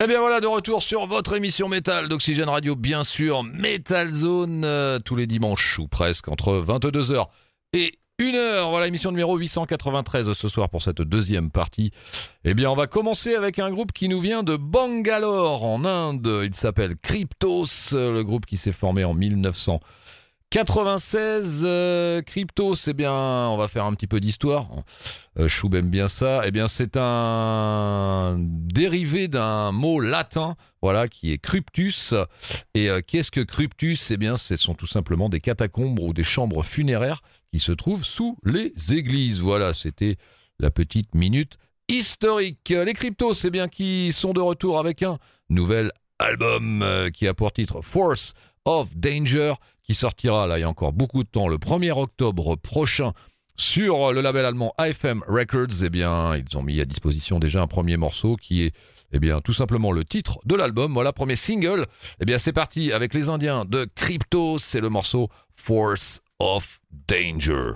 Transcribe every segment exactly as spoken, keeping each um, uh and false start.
Eh bien voilà, de retour sur votre émission métal d'Oxygène Radio, bien sûr, Metal Zone, euh, tous les dimanches ou presque, entre vingt-deux heures et une heure. Voilà, émission numéro huit cent quatre-vingt-treize ce soir pour cette deuxième partie. Eh bien, on va commencer avec un groupe qui nous vient de Bangalore, en Inde. Il s'appelle Cryptos, le groupe qui s'est formé en mille neuf cent quatre-vingt-seize. Euh, Cryptos, eh bien, on va faire un petit peu d'histoire. Euh, Choub aime bien ça. Eh bien, c'est un dérivé d'un mot latin, voilà, qui est cryptus. Et euh, qu'est-ce que cryptus ? Eh bien, ce sont tout simplement des catacombes ou des chambres funéraires qui se trouvent sous les églises. Voilà, c'était la petite minute historique. Les Cryptos, eh bien, qui sont de retour avec un nouvel album euh, qui a pour titre Force of Danger, qui sortira, là, il y a encore beaucoup de temps, le premier octobre prochain, sur le label allemand F M Records. Eh bien, ils ont mis à disposition déjà un premier morceau qui est, eh bien, tout simplement le titre de l'album. Voilà, premier single. Eh bien, c'est parti avec les Indiens de Cryptos. C'est le morceau Force of Danger.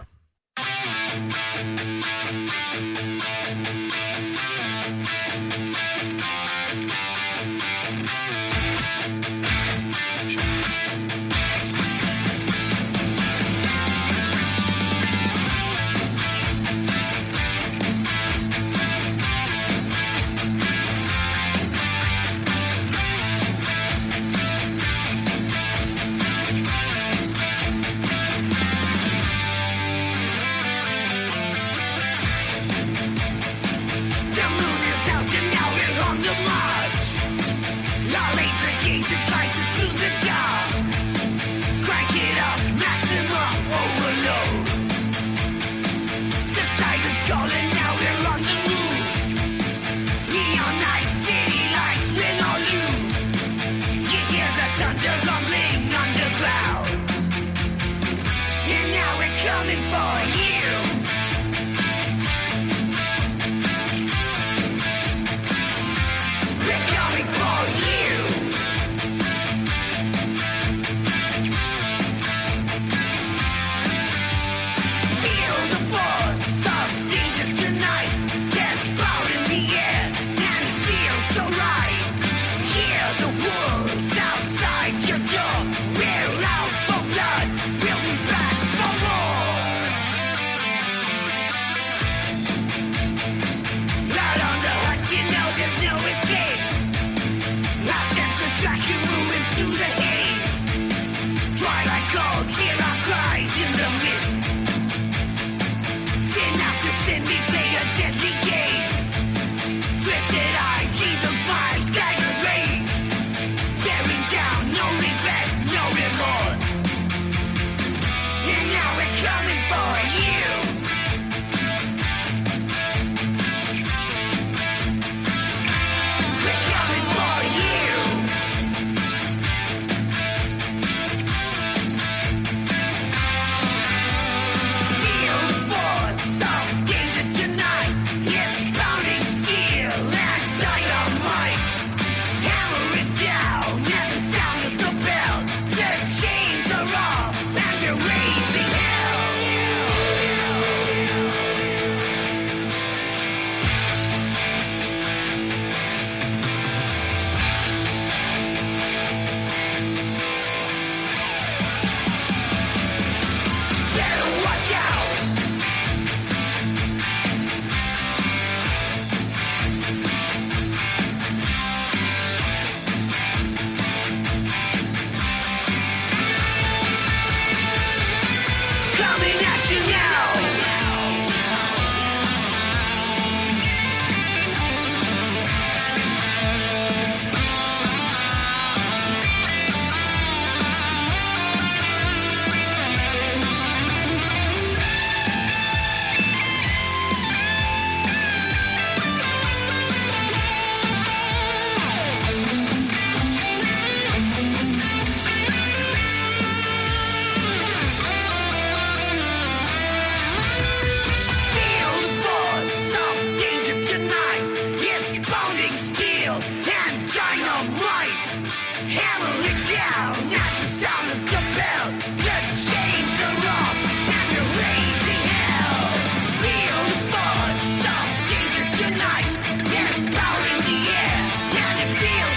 Feel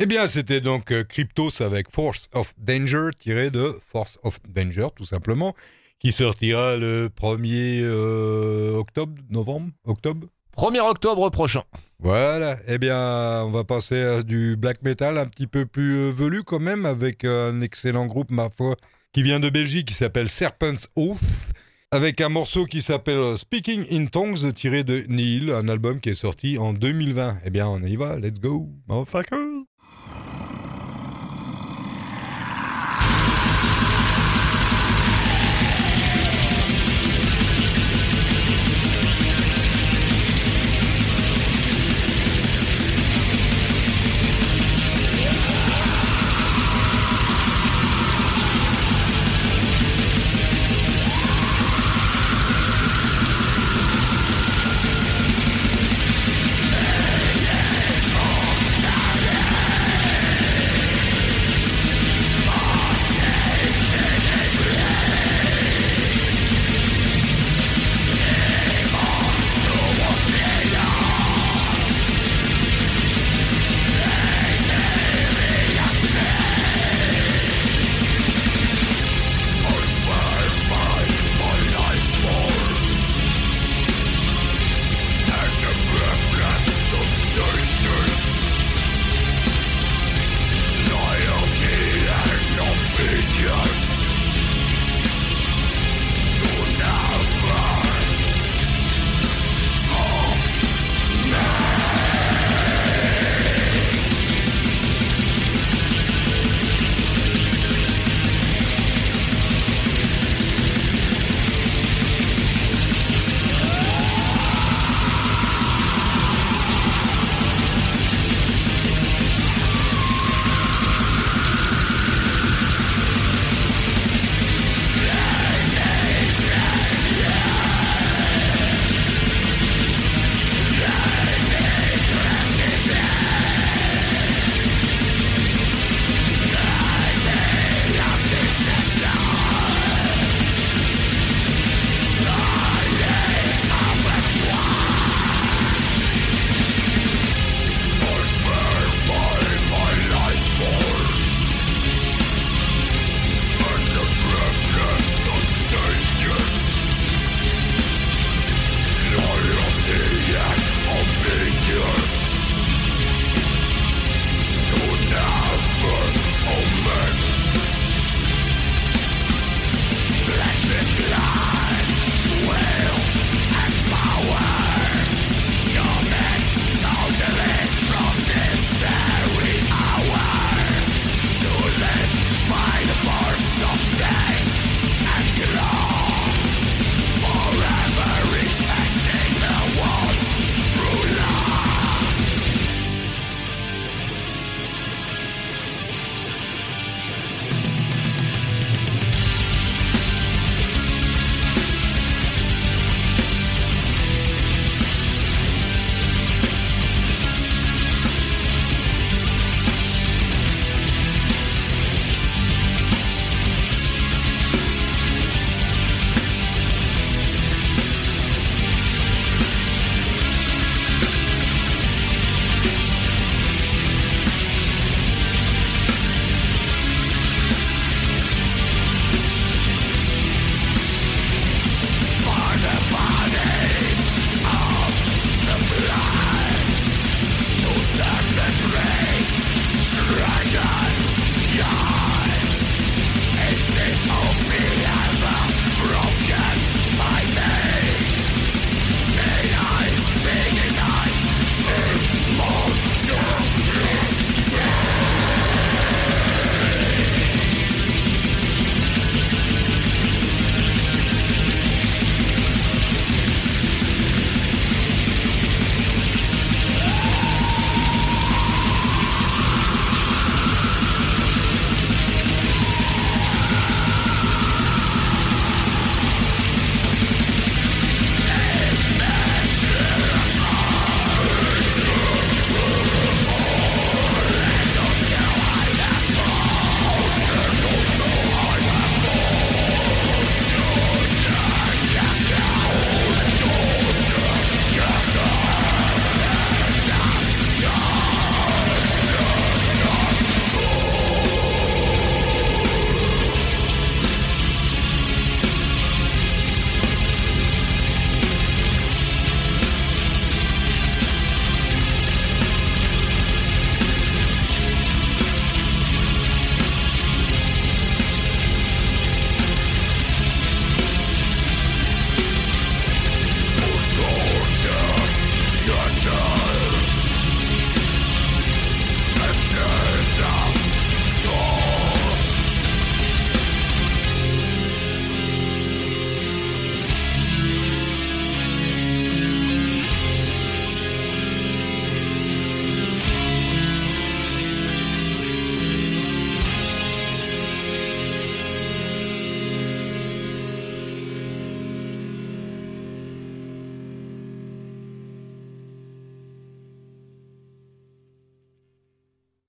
Eh bien, c'était donc euh, Cryptos avec Force of Danger, tiré de Force of Danger, tout simplement, qui sortira le premier euh, octobre, novembre, octobre premier octobre prochain. Voilà, eh bien, on va passer à du black metal un petit peu plus euh, velu quand même, avec euh, un excellent groupe, ma foi, qui vient de Belgique, qui s'appelle Serpent's Oath, avec un morceau qui s'appelle Speaking in Tongues, tiré de Nihil, un album qui est sorti en deux mille vingt. Eh bien, on y va, let's go, motherfucker! Yeah.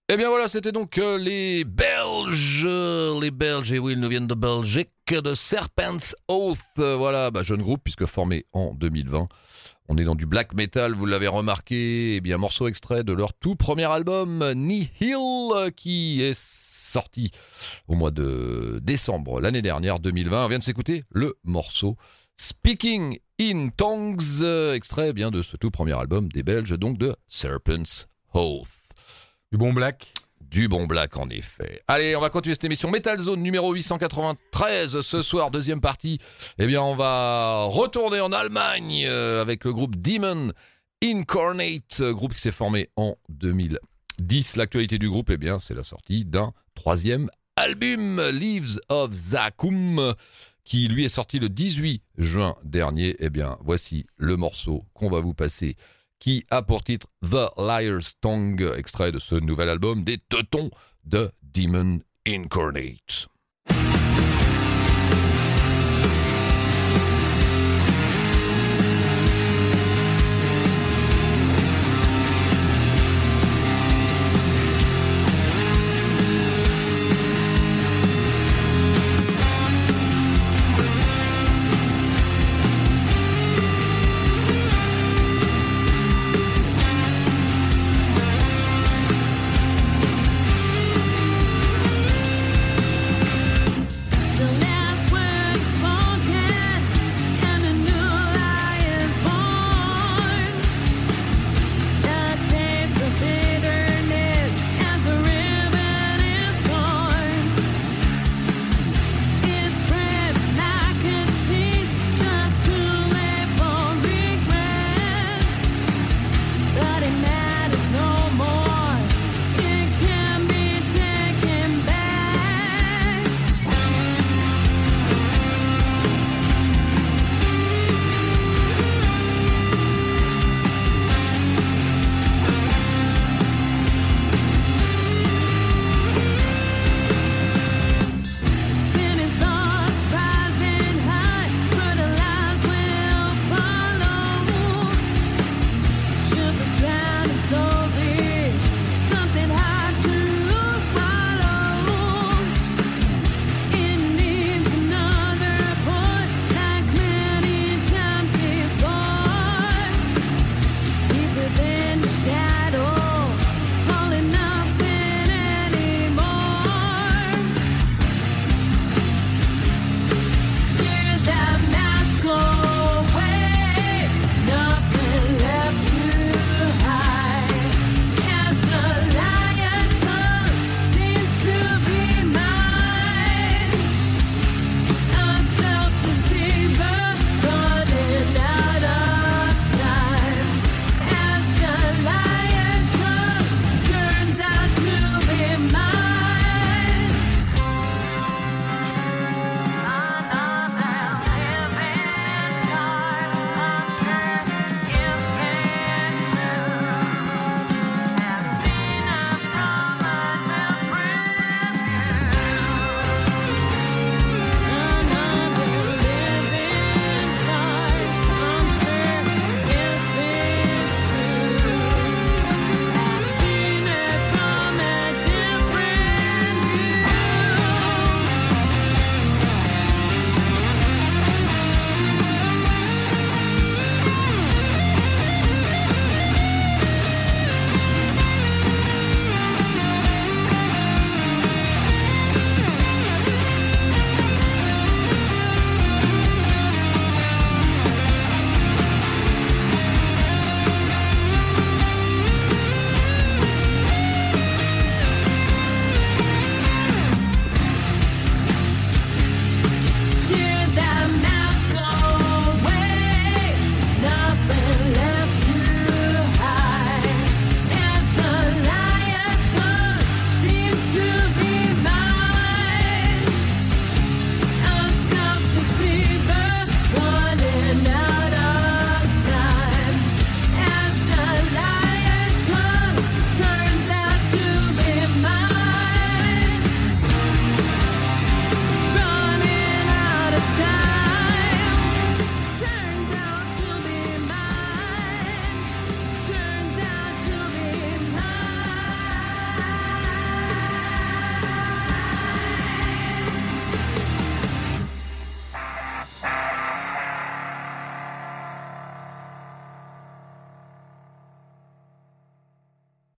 Eh bien voilà, c'était donc euh, les Belges, les Belges, et oui, ils nous viennent de Belgique, de Serpent's Oath, euh, voilà, bah, jeune groupe puisque formé en deux mille vingt. On est dans du black metal, vous l'avez remarqué, eh bien morceau extrait de leur tout premier album, Nihil, qui est sorti au mois de décembre l'année dernière, deux mille vingt. On vient de s'écouter le morceau Speaking in Tongues, euh, extrait eh bien de ce tout premier album des Belges, donc de Serpent's Oath. Du bon black. Du bon black, en effet. Allez, on va continuer cette émission Metal Zone numéro huit cent quatre-vingt-treize. Ce soir, deuxième partie. Eh bien, on va retourner en Allemagne euh, avec le groupe Demon Incarnate, groupe qui s'est formé en deux mille dix. L'actualité du groupe, eh bien, c'est la sortie d'un troisième album, Leaves of Zakum, qui lui est sorti le dix-huit juin dernier. Eh bien, voici le morceau qu'on va vous passer, qui a pour titre The Liar's Tongue, extrait de ce nouvel album des Teutons de Demon Incarnate. Thank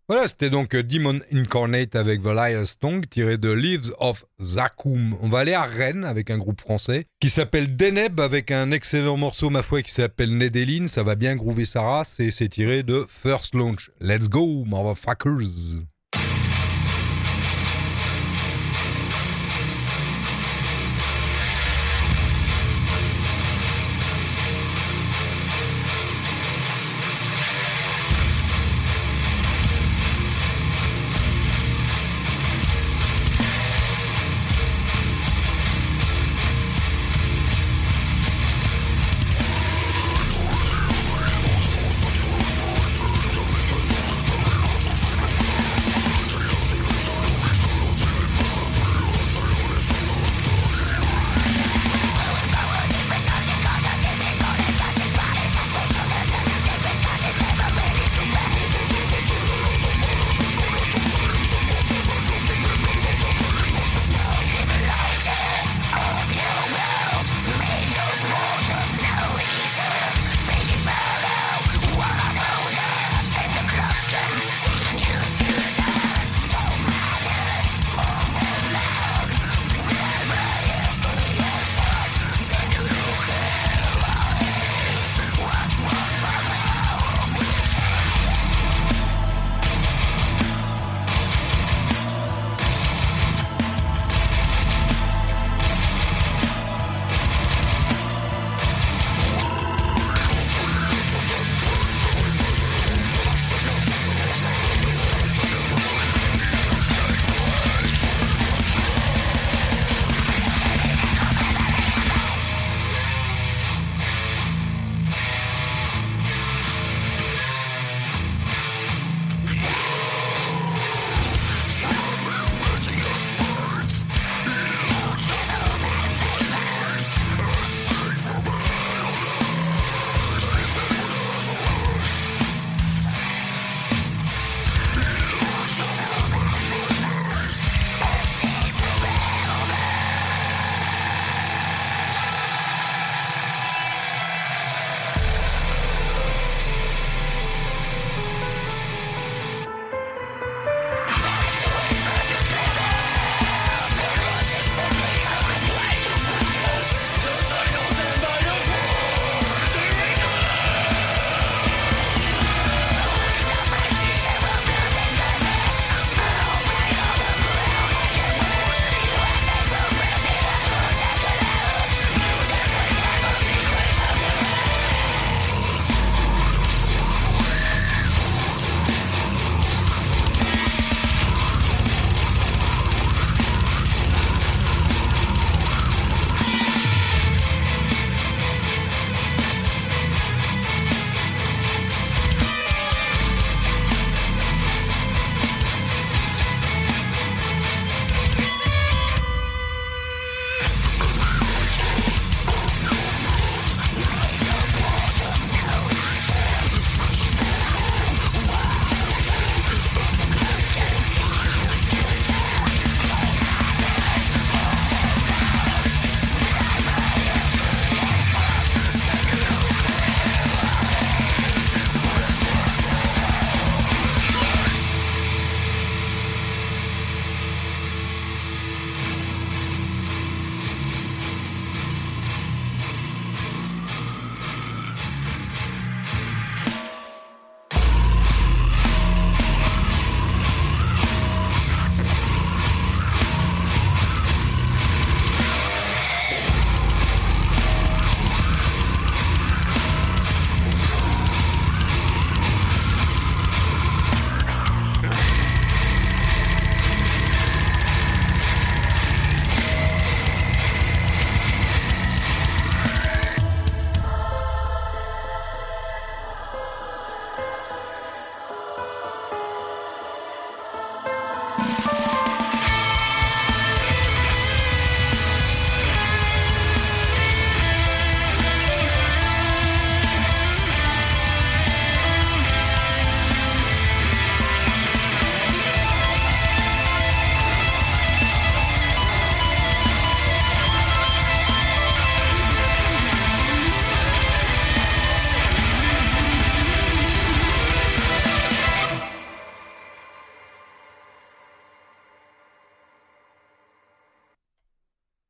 Voilà, c'était donc Demon Incarnate avec The Liar's Tongue, tiré de Leaves of Zakum. On va aller à Rennes avec un groupe français qui s'appelle Deneb, avec un excellent morceau, ma foi, qui s'appelle Nedeline. Ça va bien groover sa race et c'est tiré de First Launch. Let's go, motherfuckers! We'll be right back.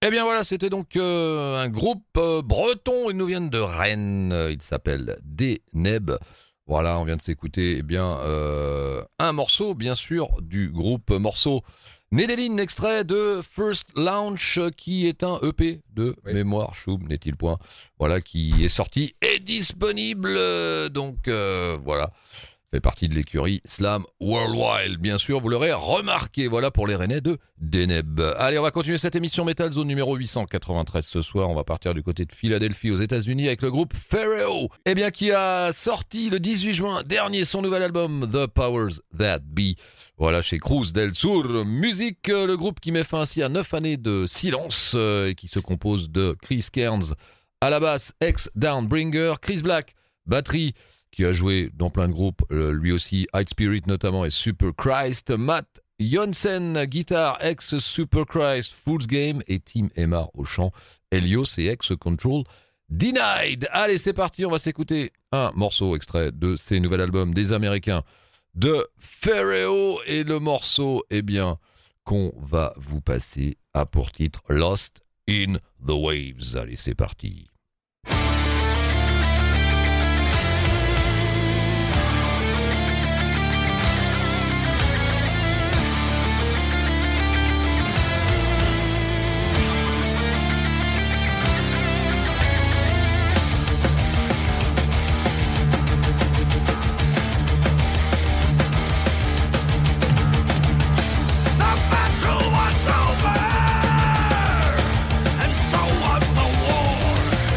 Eh bien voilà, c'était donc euh, un groupe euh, breton, ils nous viennent de Rennes, il s'appelle Deneb. Voilà, on vient de s'écouter eh bien euh, un morceau, bien sûr, du groupe morceau Nédéline, extrait de First Launch, qui est un E P de oui. mémoire, choum, n'est-il point, voilà, qui est sorti et disponible, donc euh, voilà, fait partie de l'écurie Slam Worldwide, bien sûr, vous l'aurez remarqué, voilà pour les Rennais de Deneb. Allez, on va continuer cette émission Metal Zone numéro huit cent quatre-vingt-treize ce soir, on va partir du côté de Philadelphie aux États-Unis avec le groupe Phareo, eh bien qui a sorti le dix-huit juin dernier son nouvel album The Powers That Be. Voilà, chez Cruz del Sur Music, le groupe qui met fin ainsi à neuf années de silence euh, et qui se compose de Chris Cairns à la basse, ex-Downbringer, Chris Black, batterie, qui a joué dans plein de groupes, euh, lui aussi, Hide Spirit notamment et Super Christ, Matt Jonsen, guitare, ex-Super Christ, Fool's Game et Tim Emar au chant, Helios et ex-Control Denied. Allez, c'est parti, on va s'écouter un morceau extrait de ces nouveaux albums des Américains de Phareo, et le morceau, eh bien, qu'on va vous passer a pour titre Lost in the Waves. Allez, c'est parti. And so was the war.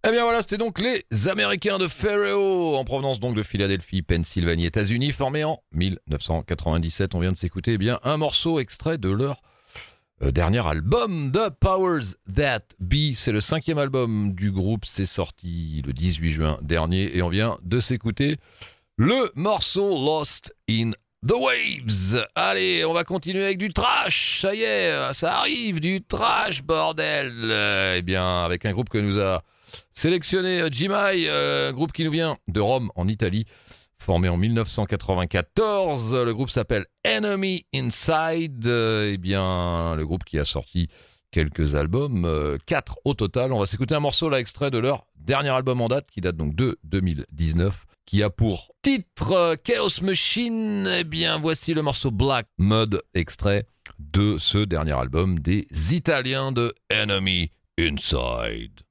Eh bien voilà, c'était donc les Américains de Phareo, en provenance donc de Philadelphie, Pennsylvanie, États-Unis, formés en dix-neuf cent quatre-vingt-dix-sept. On vient de s'écouter eh bien un morceau extrait de leur euh, dernier album, The Powers That Be. C'est le cinquième album du groupe, c'est sorti le dix-huit juin dernier et on vient de s'écouter le morceau Lost in The Waves. Allez, on va continuer avec du trash. Ça y est, ça arrive, du trash, bordel. Euh, eh bien, avec un groupe que nous a sélectionné Jimai, euh, groupe qui nous vient de Rome, en Italie, formé en dix-neuf cent quatre-vingt-quatorze. Le groupe s'appelle Enemy Inside. Euh, eh bien, le groupe qui a sorti quelques albums, euh, quatre au total. On va s'écouter un morceau là, extrait de leur dernier album en date, qui date donc de deux mille dix-neuf, qui a pour titre euh, Chaos Machine. Eh bien, voici le morceau Black Mud, extrait de ce dernier album des Italiens de Enemy Inside.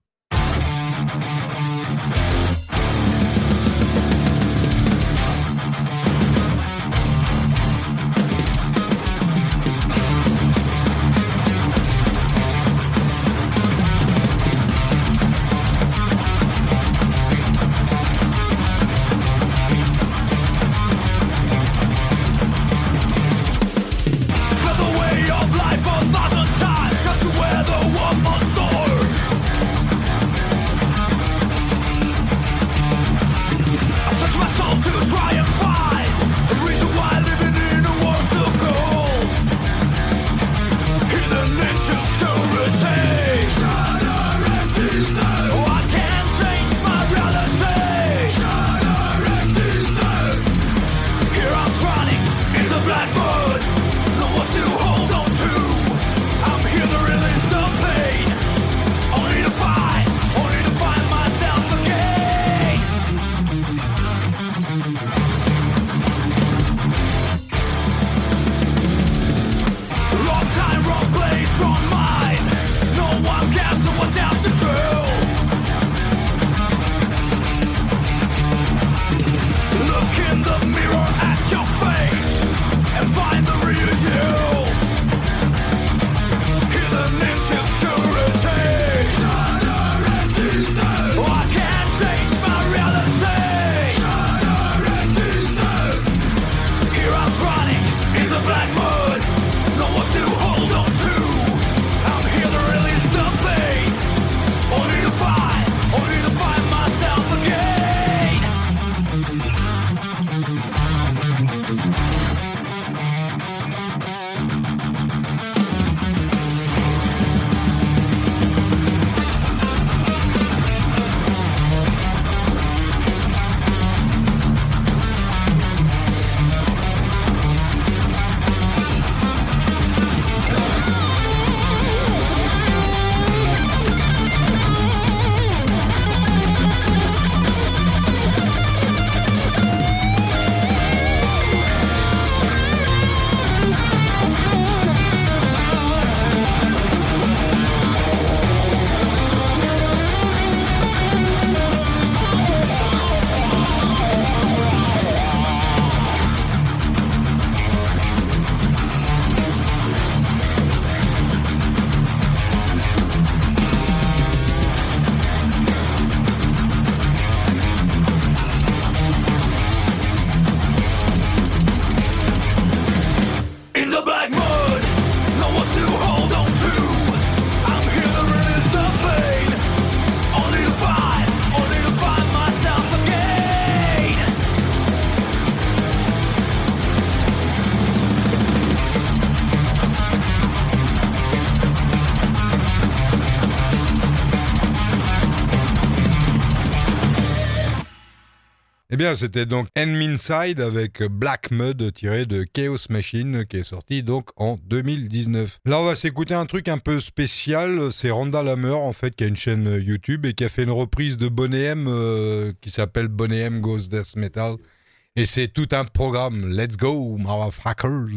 Eh bien, c'était donc Enemy Inside avec Black Mud tiré de Chaos Machine qui est sorti donc en deux mille dix-neuf. Là, on va s'écouter un truc un peu spécial. C'est Randall Hammer en fait qui a une chaîne YouTube et qui a fait une reprise de Boney M euh, qui s'appelle Boney M Goes Death Metal. Et c'est tout un programme. Let's go, motherfuckers!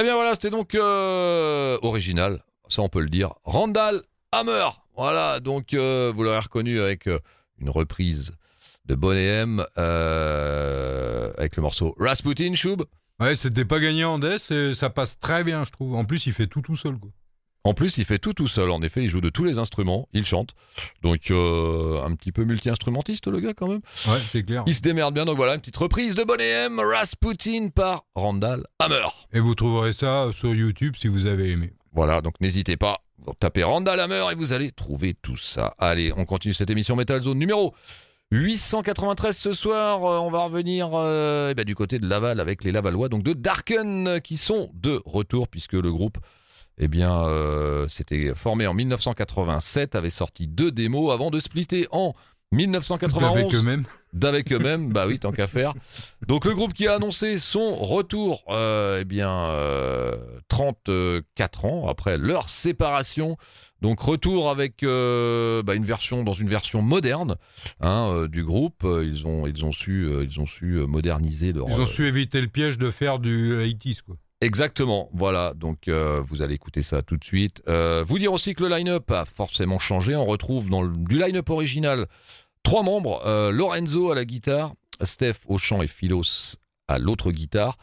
bien voilà, c'était donc euh, original, ça on peut le dire. Randall Hammer. Voilà, donc euh, vous l'aurez reconnu avec euh, une reprise de Boney M euh, avec le morceau Rasputin, Choub. Ouais, c'était pas gagné en death, et ça passe très bien, je trouve. En plus, il fait tout tout seul, quoi. En plus, il fait tout tout seul. En effet, il joue de tous les instruments, il chante. Donc, euh, un petit peu multi-instrumentiste, le gars, quand même. Ouais, c'est clair. Il se démerde bien. Donc voilà, une petite reprise de Boney M, Rasputin par Randall Hammer. Et vous trouverez ça sur YouTube si vous avez aimé. Voilà, donc n'hésitez pas. Vous tapez Randall Hammer et vous allez trouver tout ça. Allez, on continue cette émission Metal Zone numéro huit cent quatre-vingt-treize ce soir. Euh, on va revenir euh, eh ben, du côté de Laval avec les Lavallois, donc de Darken, qui sont de retour puisque le groupe eh bien, euh, s'était formé en dix-neuf cent quatre-vingt-sept, avait sorti deux démos avant de splitter en dix-neuf cent quatre-vingt-onze. D'avec eux-mêmes. D'avec eux-mêmes, bah oui, tant qu'à faire. Donc le groupe qui a annoncé son retour, euh, eh bien, euh, trente-quatre ans après leur séparation. Donc retour avec euh, bah, une version dans une version moderne hein, euh, du groupe. Ils ont ils ont su euh, ils ont su moderniser leur. Ils ont su éviter le piège de faire du eighties, quoi. Exactement, voilà, donc euh, vous allez écouter ça tout de suite. Euh, vous dire aussi que le line-up a forcément changé, on retrouve dans le, du line-up original trois membres, euh, Lorenzo à la guitare, Steph au chant et Philos à l'autre guitare.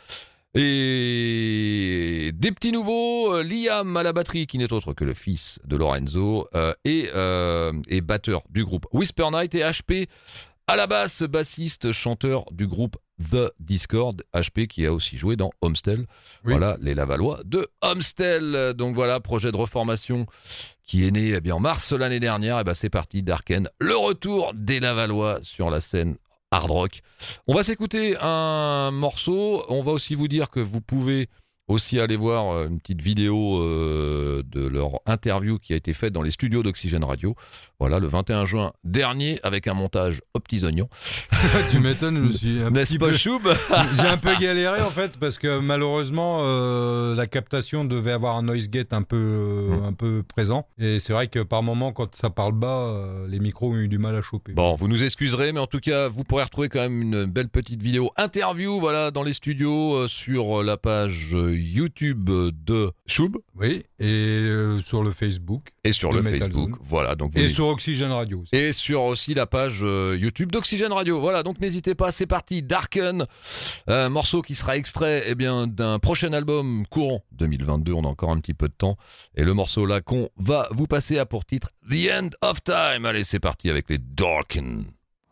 Et des petits nouveaux, euh, Liam à la batterie, qui n'est autre que le fils de Lorenzo, euh, et, euh, et batteur du groupe Whisper Night, et H P à la basse, bassiste, chanteur du groupe The Discord, H P qui a aussi joué dans Homestel. Oui. Voilà, les Lavallois de Homestel. Donc voilà, projet de reformation qui est né eh bien, en mars l'année dernière. Et ben c'est parti, Darken, le retour des Lavallois sur la scène hard rock. On va s'écouter un morceau. On va aussi vous dire que vous pouvez aussi aller voir une petite vidéo euh, de leur interview qui a été faite dans les studios d'Oxygène Radio. Voilà, le vingt et un juin dernier, avec un montage aux petits oignons. Tu m'étonnes, je me suis un N'est-ce petit pas peu... Choub? J'ai un peu galéré en fait, parce que malheureusement, euh, la captation devait avoir un noise gate un peu, euh, mmh. un peu présent. Et c'est vrai que par moment, quand ça parle bas, euh, les micros ont eu du mal à choper. Bon, vous nous excuserez, mais en tout cas, vous pourrez retrouver quand même une belle petite vidéo interview, voilà, dans les studios, euh, sur la page YouTube de Choub. Oui, et euh, sur le Facebook. Et sur le Facebook, Zone. Voilà. Donc vous et sur Oxygène Radio aussi. Et sur aussi la page euh, YouTube d'Oxygène Radio. Voilà, donc n'hésitez pas, c'est parti. Darken, un morceau qui sera extrait eh bien, d'un prochain album courant deux mille vingt-deux, on a encore un petit peu de temps. Et le morceau là qu'on va vous passer a pour titre The End of Time. Allez, c'est parti avec les Darken.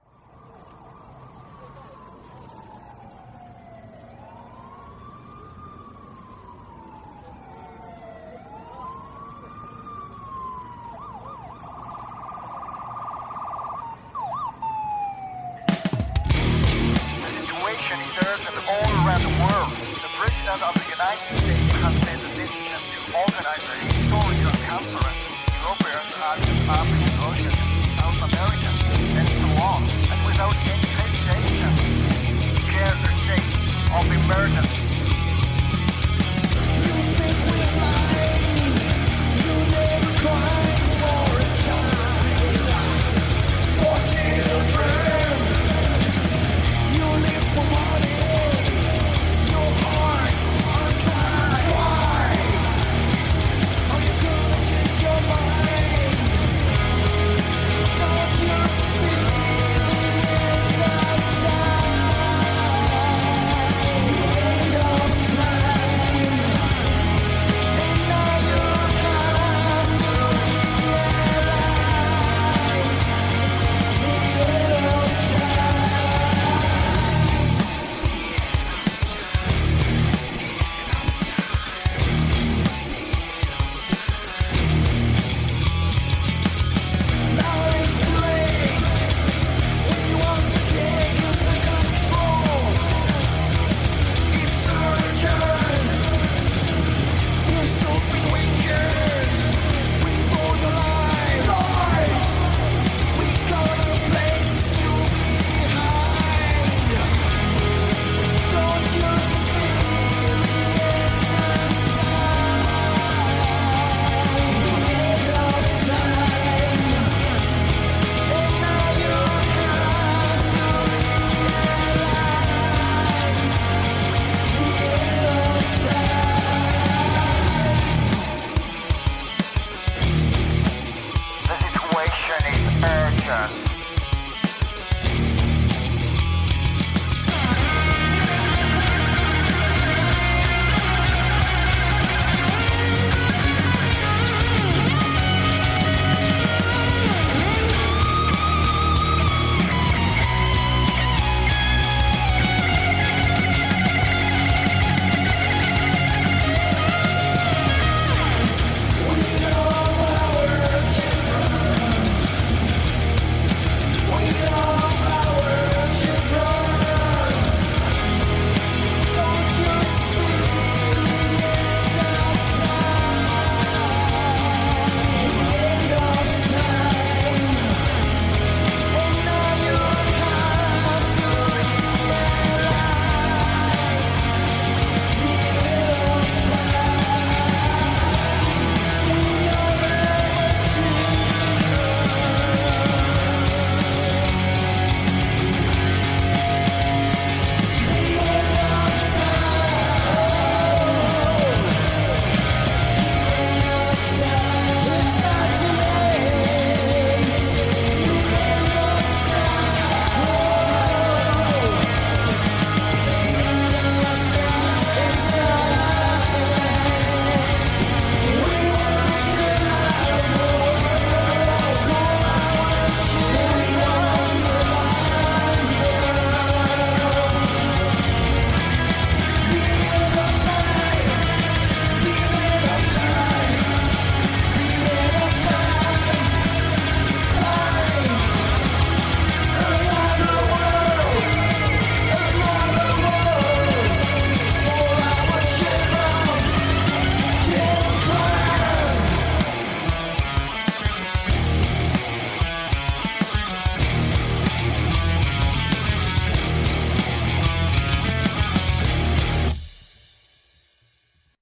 Of the United States has made the decision to organize a historical conference with Europeans, Asians, Africans, Russians, South Americans, and so on, and without any hesitation, declare the state of emergency. You think we're lying, you never cried for a child, for children, you live for money. End of time.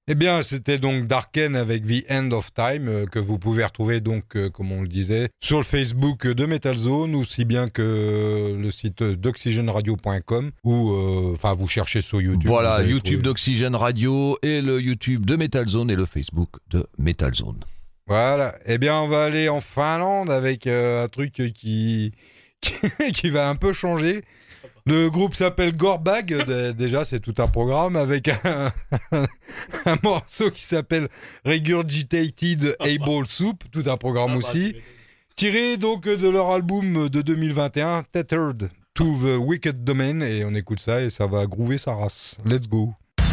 Eh bien, c'était donc Darken avec The End of Time, euh, que vous pouvez retrouver donc, euh, comme on le disait, sur le Facebook de Metal Zone, aussi bien que le site d'oxygène radio point com, ou enfin euh, vous cherchez sur YouTube. Voilà, YouTube d'Oxygène Radio et le YouTube de Metal Zone et le Facebook de Metal Zone. Voilà. Eh bien, on va aller en Finlande avec euh, un truc qui, qui qui va un peu changer. Le groupe s'appelle Gorbag, déjà c'est tout un programme, avec un, un morceau qui s'appelle Regurgitated Able Soup, tout un programme aussi, tiré donc de leur album de deux mille vingt et un, Tethered to the Wicked Domain, et on écoute ça et ça va groover sa race. Let's go.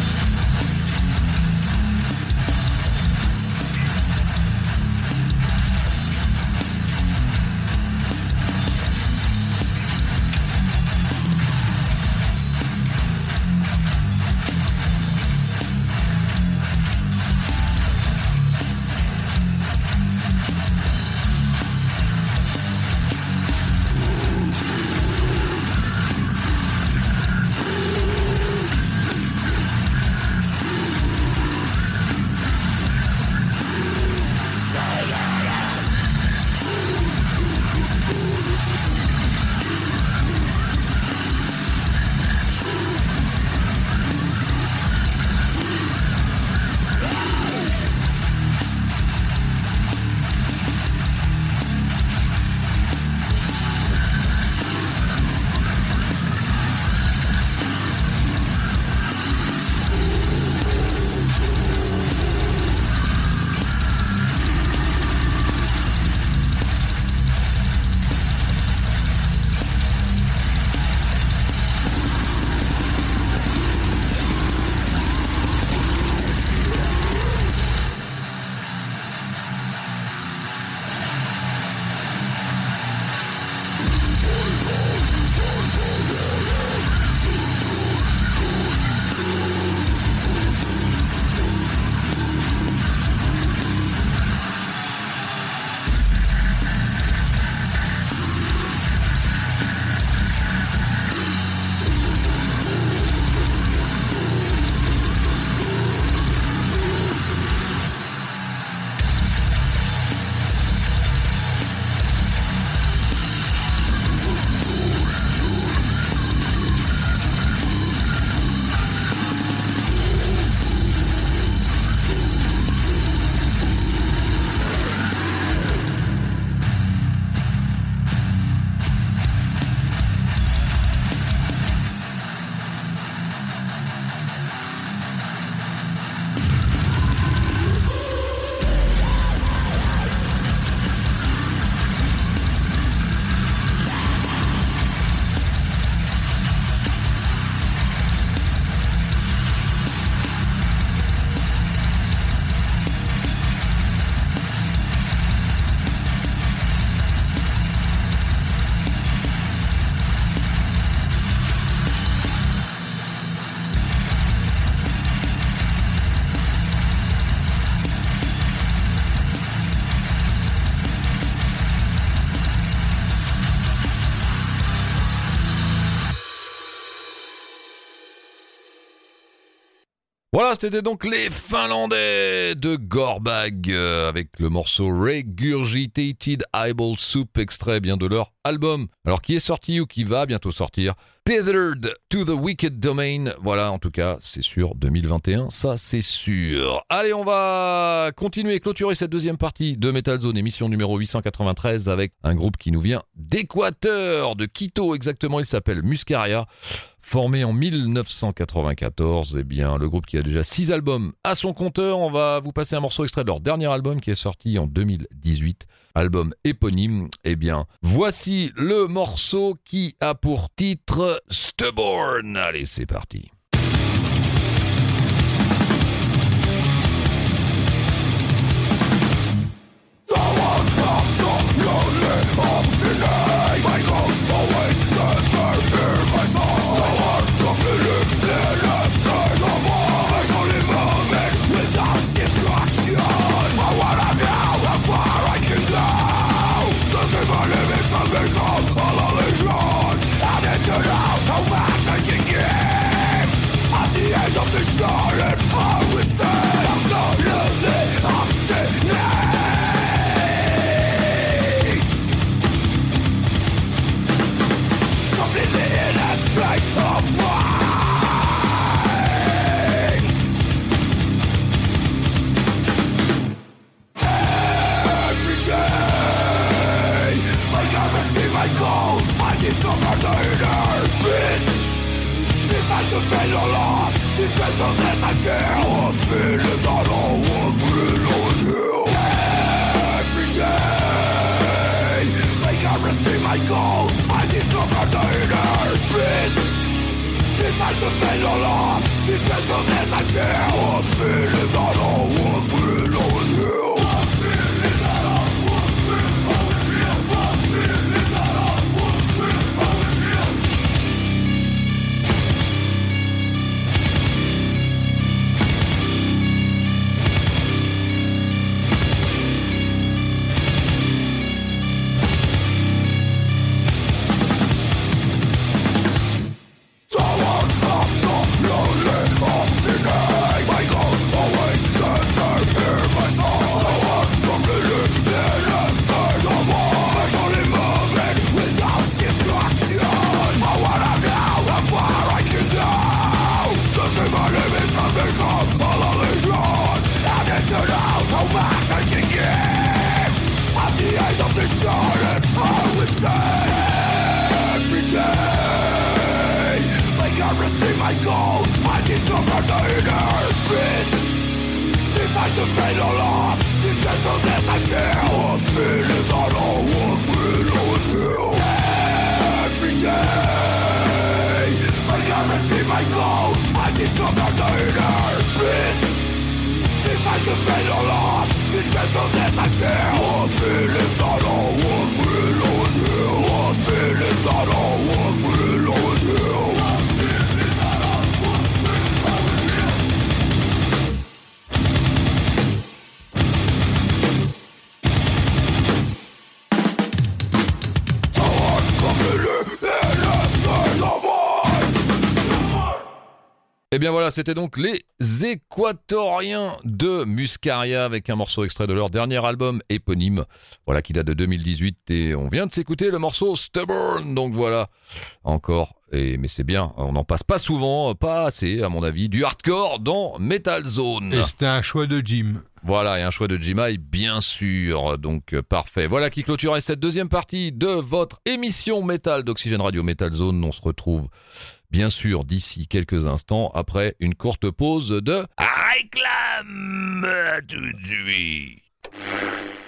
Voilà, c'était donc les Finlandais de Gorbag euh, avec le morceau Regurgitated Able Soup, extrait bien de leur album. Alors qui est sorti ou qui va bientôt sortir, Tethered to the Wicked Domain. Voilà, en tout cas, c'est sûr, deux mille vingt et un, ça c'est sûr. Allez, on va continuer et clôturer cette deuxième partie de Metal Zone, émission numéro huit cent quatre-vingt-treize, avec un groupe qui nous vient d'Équateur, de Quito exactement, il s'appelle Muscaria. Formé en mille neuf cent quatre-vingt-quatorze, eh bien, le groupe qui a déjà six albums à son compteur. On va vous passer un morceau extrait de leur dernier album qui est sorti en deux mille dix-huit, album éponyme. Eh bien, voici le morceau qui a pour titre Stubborn. Allez, c'est parti. To know how much I can give. discover the inner peace. Decide to fade along. This gentleness I feel. Was feeling that all was real on you. Every day, like I rest in my goals, I discover the inner peace. Decide to fade along. This gentleness I feel. Was feeling that all was real on you. Et bien voilà, c'était donc les Équatoriens de Muscaria avec un morceau extrait de leur dernier album éponyme, voilà, qui date de deux mille dix-huit, et on vient de s'écouter le morceau Stubborn, donc voilà, encore, et, mais c'est bien, on n'en passe pas souvent, pas assez à mon avis, du hardcore dans Metal Zone. Et c'était un choix de Jim. Voilà, et un choix de Jimai, bien sûr, donc euh, parfait. Voilà qui clôturait cette deuxième partie de votre émission métal d'Oxygène Radio Metal Zone. On se retrouve bien sûr d'ici quelques instants après une courte pause de réclame. À tout de suite.